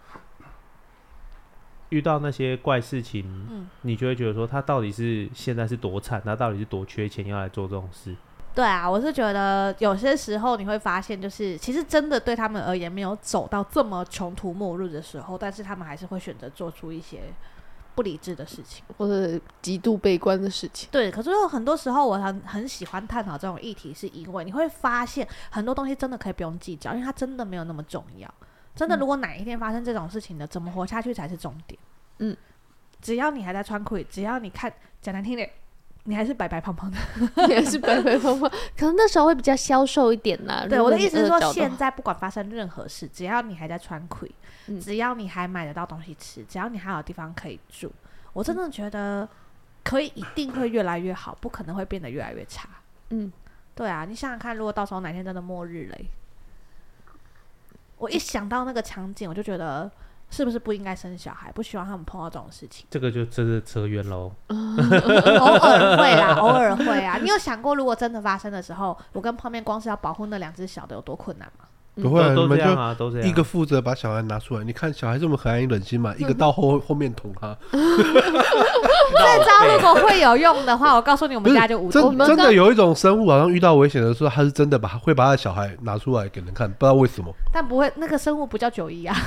遇到那些怪事情，嗯，你就会觉得说，他到底是现在是多惨，他到底是多缺钱要来做这种事？ 对啊，我是觉得有些时候你会发现，就是其实真的对他们而言没有走到这么穷途末日的时候，但是他们还是会选择做出一些不理智的事情， 或者极度悲观的事情。 对，可是有很多时候我很很喜欢探讨这种议题，是因为你会发现很多东西真的可以不用计较，因为它真的没有那么重要。真的，如果哪一天发生这种事情的，怎么活下去才是重点。嗯，只要你还在穿裤，只要你看讲难听点，你还是白白胖胖的， 你还是白白胖胖，可能那时候会比较消瘦一点啦。 对，我的意思是说，现在不管发生任何事，只要你还在穿裤。嗯、只要你还买得到东西吃，只要你还有地方可以住，我真的觉得可以一定会越来越好，不可能会变得越来越差。嗯，对啊，你想想看，如果到时候哪天真的末日嘞，我一想到那个场景，我就觉得是不是不应该生小孩，不希望他们碰到这种事情。 这个就真的扯远喽。 偶尔会啦，偶尔会啊。你有想过，如果真的发生的时候，我跟泡面光是要保护那两只小的有多困难吗？ 不会、啊， 都你们这样啊，都这样。 一个负责把小孩拿出来，你看小孩这么可爱，你忍心嘛？一个到后后面捅他。 这招如果会有用的话，我告诉你，我们家就无真真的有一种生物，好像遇到危险的时候，他是真的把会把他的小孩拿出来给人看，不知道为什么。 但不会，那个生物不叫九一啊，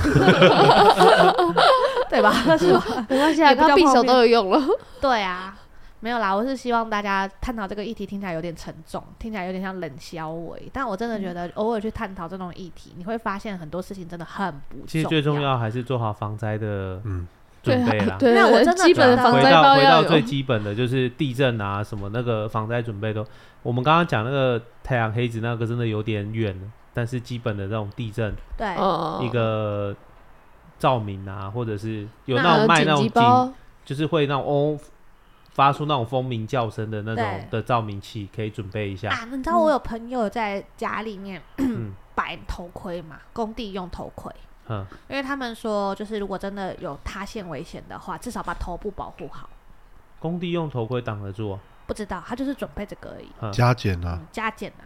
对吧？是吧？ 没关系啊，刚匕首都有用了。 对啊。没有啦，我是希望大家探讨这个议题，听起来有点沉重，听起来有点像冷消微，但我真的觉得偶尔去探讨这种议题，你会发现很多事情真的很不重要。 其实最重要还是做好防灾的准备啦。 对， 对我真的基本的防灾包要有。 回到回到最基本的就是地震啊，什么那个防灾准备都，我们刚刚讲那个太阳黑子那个真的有点远了，但是基本的那种地震， 对， 一个照明啊，或者是有那种卖那种警，就是会那种哦。发出那种蜂鸣叫声的那种的照明器，可以准备一下啊！你知道我有朋友在家里面摆、嗯、头盔嘛，工地用头盔，嗯，因为他们说，就是如果真的有塌陷危险的话，至少把头部保护好。 工地用头盔挡得住、啊？ 不知道，他就是准备这个而已。 加减啊、 嗯，加减啊！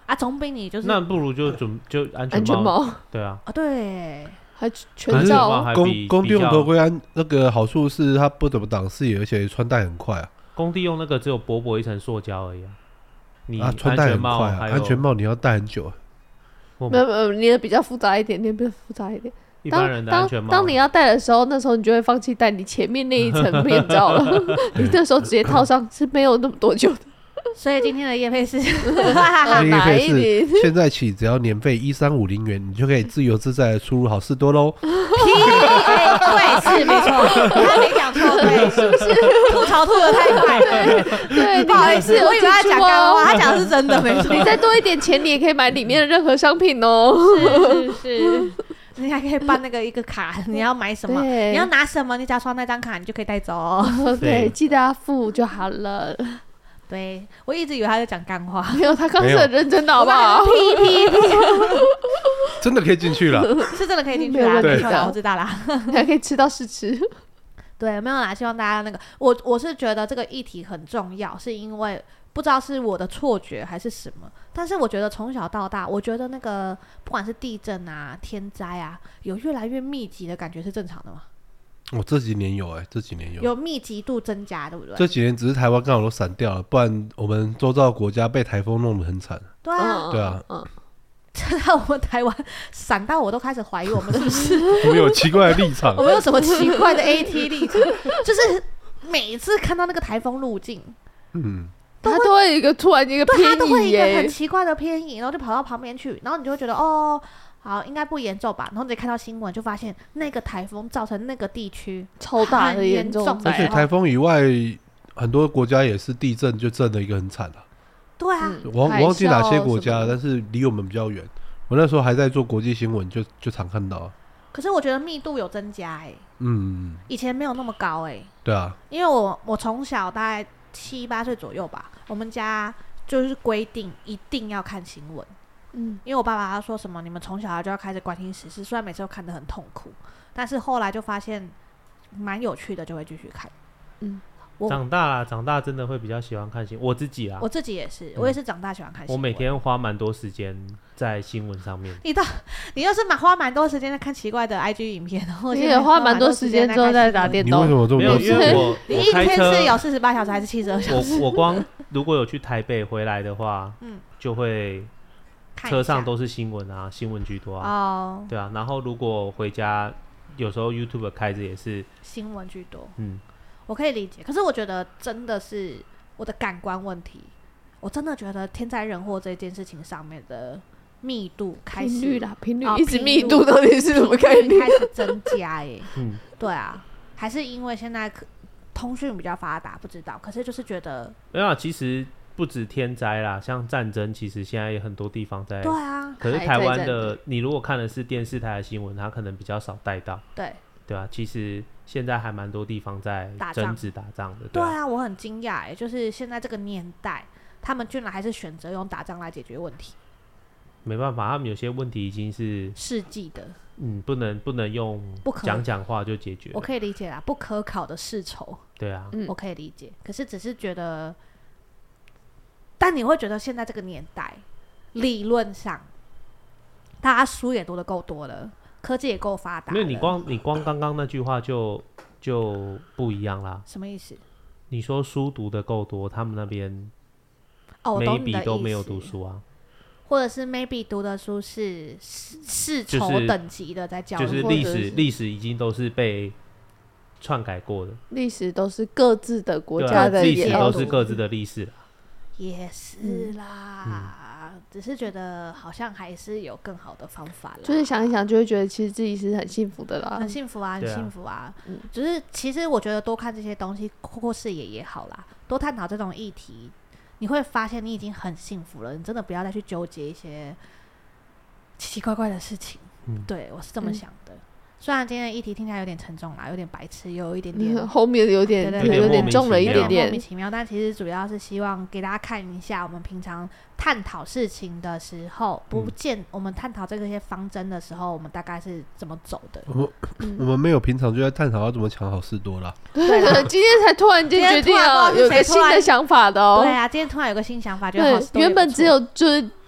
啊，总比你就是那不如就准就安全帽， 安全帽对啊， 啊，对， 还全罩。 工工地用头盔安那个好处是它不怎么挡视野，而且穿戴很快啊。 工地用那个只有薄薄一层塑胶而已啊。你啊，穿戴很快啊，安全帽你要戴很久啊。 没有没有，你的比较复杂一点，你的比较复杂一点。 一般人的安全帽， 当当你要戴的时候，那时候你就会放弃戴你前面那一层面罩了。你那时候直接套上是没有那么多久的。 所以今天的业配是哪一点？现在起只要年费一三五零元，你就可以自由自在的出入好事多喽。 屁，对，是没错，他没讲错，对，是不是？吐槽吐的太快了， 对， 不好意思，我以为他讲干话，他讲的是真的，没错。 你再多一点钱，你也可以买里面的任何商品哦。 是是是。你还可以办那个一个卡，你要买什么，你要拿什么，你只要刷那张卡，你就可以带走哦。 对，记得要付就好了。 对，我一直以为他在讲干话， 没有，他刚是很认真的，好不好？ 屁屁屁， 真的可以进去了， 是真的可以进去啦，没错啦，我知道啦， 还可以吃到试吃。 对，没有啦，希望大家那个，我我是觉得这个议题很重要，是因为不知道是我的错觉还是什么，但是我觉得从小到大，我觉得那个不管是地震啊、天灾啊，有越来越密集的感觉是正常的吗？ 哦，这几年有哎、欸，这几年有有密集度增加，对不对？ 这几年只是台湾刚好都闪掉了，不然我们周遭的国家被台风弄得很惨。 对啊， 对啊， 嗯， 这到我们台湾闪到我都开始怀疑我们是不是我们有奇怪的立场， 我们有什么奇怪的 A T 立场？就是每次看到那个台风路径， 嗯， 它都会有一个突然一个偏移耶， 对，它都会一个很奇怪的偏移，然后就跑到旁边去，然后你就会觉得哦。好，应该不严重吧？然后你看到新闻，就发现那个台风造成那个地区超大的严重， 而且台风以外，很多国家也是地震就震的一个很惨啊。 对啊， 嗯、我我忘记哪些国家，但是离我们比较远。我那时候还在做国际新闻，就就常看到。 可是我觉得密度有增加哎、欸，嗯，以前没有那么高哎、欸。 对啊， 因为我我从小大概七八岁左右吧，我们家就是规定一定要看新闻。嗯，因为我爸爸他说什么，你们从小就要开始关心时事，虽然每次都看得很痛苦，但是后来就发现蛮有趣的，就会继续看。嗯， 长大啦，长大真的会比较喜欢看新闻。我自己啦， 我自己也是，我也是长大喜欢看新闻。 我每天花蛮多时间在新闻上面。 你到你又是蛮花蛮多时间在看奇怪的 I G 影片，然后你也花蛮多时间之后在打电动。 你为什么这么多？ 因为我你一天是有四十八小时还是七十二小时？ 我我光如果有去台北回来的话，嗯，就会。车上都是新闻啊，新闻居多啊。哦，对啊，然后如果回家，有时候 YouTube 开着也是新闻居多。嗯，我可以理解，可是我觉得真的是我的感官问题。我真的觉得天灾人祸这件事情上面的密度开始频率啦，频率一直密度到底是什么概念？ 开始增加耶。嗯，对啊，还是因为现在通讯比较发达，不知道。可是就是觉得没有啊，其实。不止天灾啦，像战争，其实现在也很多地方在。 对啊。 可是台湾的，你如果看的是电视台的新闻，它可能比较少带到。 对。 对啊，其实现在还蛮多地方在争执打仗的。 对啊，对啊，我很惊讶哎，就是现在这个年代，他们居然还是选择用打仗来解决问题。 没办法，他们有些问题已经是世纪的。 嗯，不能不能用讲讲话就解决。 我可以理解啦，不可考的世仇。 对啊， 嗯，我可以理解。可是只是觉得。但你会觉得现在这个年代，理论上，大家书也读得够多了，科技也够发达了。 因为你光你光刚刚那句话就就不一样啦。 什么意思？ 你说书读得够多，他们那边哦 maybe 都没有读书啊， 或者是 maybe 读的书是世仇等级的在教育， 就是历史历史已经都是被篡改过的， 历史都是各自的国家的历史都是各自的历史。 也是啦、嗯，只是觉得好像还是有更好的方法啦。 就是想一想，就会觉得其实自己是很幸福的啦， 很幸福啊，很幸福啊。嗯，只是其实我觉得多看这些东西，扩扩视野也好啦，多探讨这种议题，你会发现你已经很幸福了。你真的不要再去纠结一些奇奇怪怪的事情。嗯，对我是这么想的。嗯，虽然今天的议题听起来有点沉重啦，有点白痴，有一点点后面有点对对对有点重了一点点莫名其妙，但其实主要是希望给大家看一下，我们平常探讨事情的时候，不见、嗯、我们探讨这些方针的时候，我们大概是怎么走的。 我, 嗯、我们没有平常就在探讨要怎么抢好事多啦。 对啦，今天才突然间决定了有个新的想法的哦。 对啊，今天突然有个新想法，觉得好事多原本只有就是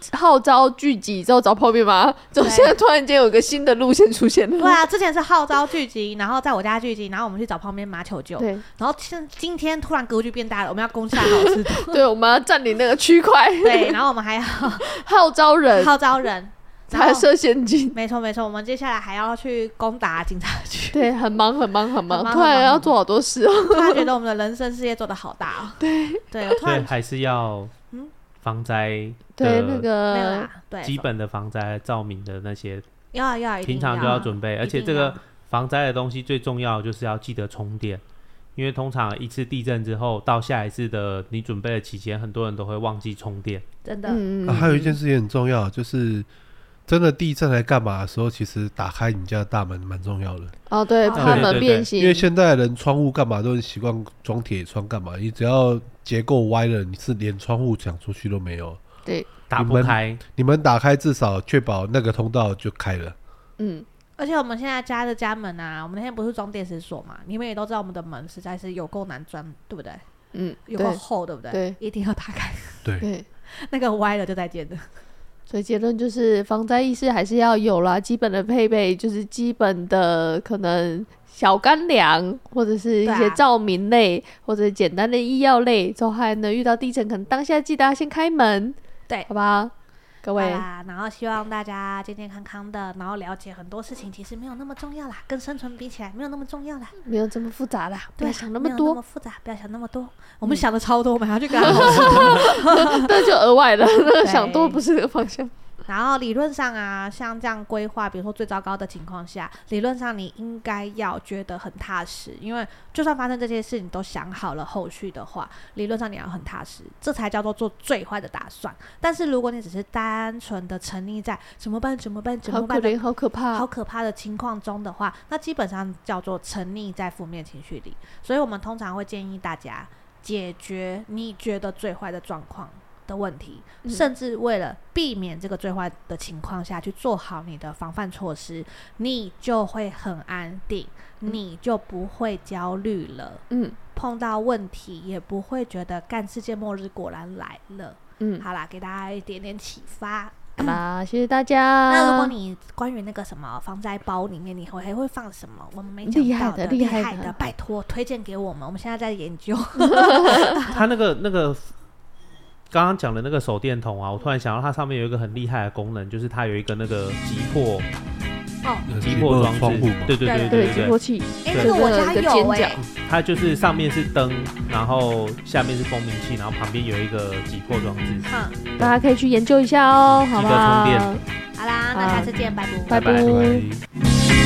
号召聚集之后找泡面吗？就现在突然间有一个新的路线出现了。 对啊，之前是号召聚集，然后在我家聚集，然后我们去找泡面妈求救。 对， 然后现今天突然格局变大了，我们要攻下好事多。 对，我们要占领那个区块。 对，然后我们还要号召人， 号召人。 才设陷阱， 没错没错，我们接下来还要去攻打警察局， 对，很忙很忙很忙，突然要做好多事哦。 突然觉得我们的人生事业做得好大哦。 对对， 所以还是要防灾对那个基本的防灾照明的那些， 要要平常就要准备，而且这个防灾的东西最重要就是要记得充电。因为通常一次地震之后到下一次的你准备的期间，很多人都会忘记充电， 真的、 嗯啊、还有一件事情很重要，就是真的地震来干嘛的时候，其实打开你家的大门蛮重要的哦。对，怕门变形。 因为现在人窗户干嘛都很习惯装铁窗干嘛，你只要结构歪了，你是连窗户想出去都没有。 对， 打不开。 你们, 你们打开至少确保那个通道就开了。 嗯。而且我们现在家的家门啊，我们那天不是装电石锁嘛？你们也都知道我们的门实在是有够难钻，对不对？ 嗯， 有够厚，对不对？ 对， 一定要打开。 对对， 那个歪了就再见了。 所以结论就是防灾意识还是要有啦，基本的配备就是基本的可能小干粮或者是一些照明类、啊、或者简单的医药类，之后还能遇到地震可能当下记得要先开门， 对， 好吧各位， 然后希望大家健健康康的，然后了解很多事情其实没有那么重要啦，跟生存比起来没有那么重要啦， 没有这么复杂啦，不要想那么多， 没有那么复杂，不要想那么多。我们想的超多，我们还要去跟他们那就额外了，那个想多不是这个方向。 然后理论上啊，像这样规划，比如说最糟糕的情况下，理论上你应该要觉得很踏实，因为就算发生这些事你都想好了后续的话，理论上你要很踏实，这才叫做做最坏的打算。但是如果你只是单纯的沉溺在怎么办怎么办怎么办的好可怕好可怕的情况中的话，那基本上叫做沉溺在负面情绪里。所以我们通常会建议大家解决你觉得最坏的状况的问题、嗯、甚至为了避免这个最坏的情况下去做好你的防范措施，你就会很安定、嗯、你就不会焦虑了，嗯，碰到问题也不会觉得干世界末日果然来了，嗯，好啦，给大家一点点启发。 好啦，谢谢大家。 那如果你关于那个什么防灾包里面你会还会放什么我们没讲到的厉害的厉害的拜托推荐给我们，我们现在在研究他那个那个刚刚讲的那个手电筒啊，我突然想到它上面有一个很厉害的功能，就是它有一个那个击破哦，击破装置，对对对对对， 击破器。 哎，这个我家有哎， 它就是上面是灯，然后下面是风鸣器，然后旁边有一个击破装置。 嗯， 大家可以去研究一下哦，好吧？ 充电。 好啦，那下次见，拜拜拜拜。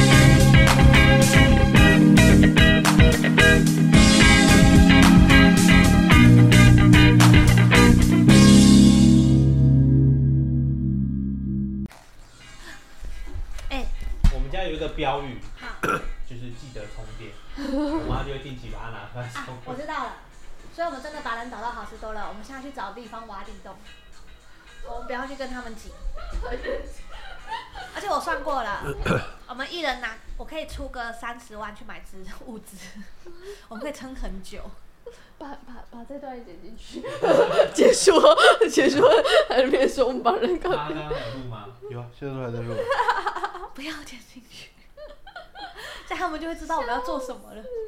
有一个标语，就是记得充电，我妈就会定期把它拿出来充、啊。 我知道了，所以我们真的把人找到好事多了。我们现在去找地方挖地洞，我们不要去跟他们挤。而且我算过了，我们一人拿，我可以出个三十万去买资物资，我们可以撑很久。 把把把这段剪进去，结束结束，还是别说我们把人搞。 他刚刚有录吗？ 有啊，现在都还在录。 不要剪进去，这样他们就会知道我们要做什么了。